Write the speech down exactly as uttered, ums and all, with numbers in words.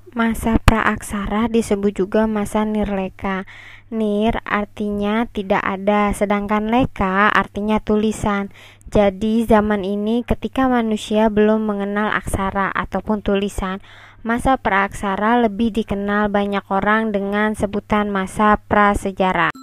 Masa praaksara disebut juga masa nirleka. Nir artinya tidak ada, sedangkan leka artinya tulisan. Jadi zaman ini ketika manusia belum mengenal aksara ataupun tulisan, masa praaksara lebih dikenal banyak orang dengan sebutan masa prasejarah.